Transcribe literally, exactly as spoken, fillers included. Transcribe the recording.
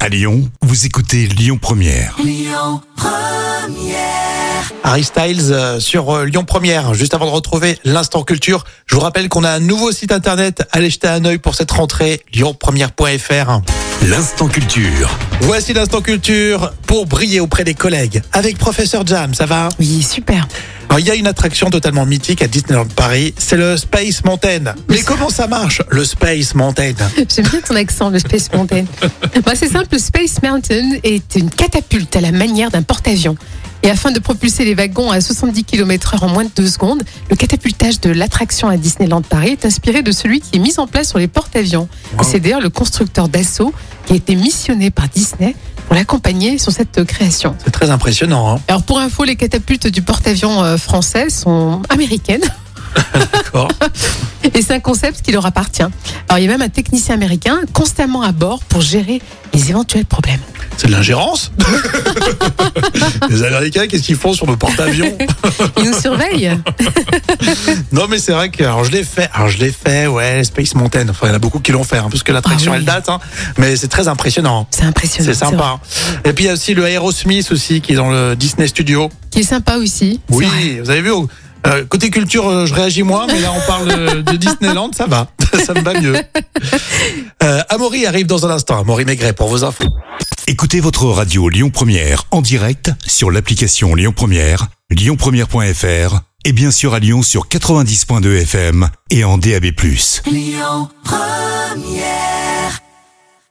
À Lyon, vous écoutez Lyon Première. Lyon Première. Harry Styles euh, sur euh, Lyon Première. Juste avant de retrouver l'instant culture, je vous rappelle qu'on a un nouveau site internet. Allez jeter un œil pour cette rentrée, lyon première point f r. L'instant culture. Voici l'instant culture pour briller auprès des collègues. Avec Professeur Jam, ça va? Oui, super. Alors, il y a une attraction totalement mythique à Disneyland Paris, c'est le Space Mountain. Mais comment ça marche, le Space Mountain? J'aime bien ton accent, le Space Mountain. Bah, c'est simple, le Space Mountain est une catapulte à la manière d'un porte-avions. Et afin de propulser les wagons à soixante-dix kilomètres heure en moins de deux secondes, le catapultage de l'attraction à Disneyland Paris est inspiré de celui qui est mis en place sur les porte-avions. Wow. C'est d'ailleurs le constructeur Dassault qui a été missionné par Disney pour l'accompagner sur cette création. C'est très impressionnant, hein? Alors pour info, les catapultes du porte-avions euh, français sont américaines. D'accord. Et c'est un concept qui leur appartient. Alors il y a même un technicien américain constamment à bord pour gérer les éventuels problèmes. C'est de l'ingérence? Les Américains, qu'est-ce qu'ils font sur nos porte-avions? Ils nous surveillent. Non, mais c'est vrai que alors je l'ai fait, alors je l'ai fait, ouais, Space Mountain. Enfin, il y en a beaucoup qui l'ont fait, hein, parce que l'attraction Ah oui. elle date, hein, mais c'est très impressionnant. C'est impressionnant. C'est sympa. Hein. Et puis il y a aussi le Aerosmith aussi qui est dans le Disney Studio. Qui est sympa aussi. c'est Oui, vrai. vous avez vu. euh, côté culture, euh, je réagis moins, mais là on parle de, de Disneyland, ça va, ça me va mieux. Euh, Amaury arrive dans un instant. Amaury Maigret pour vos infos. Écoutez votre radio Lyon Première en direct sur l'application Lyon Première, lyon première point f r et bien sûr à Lyon sur quatre-vingt-dix point deux F M et en D A B plus. Lyon Première.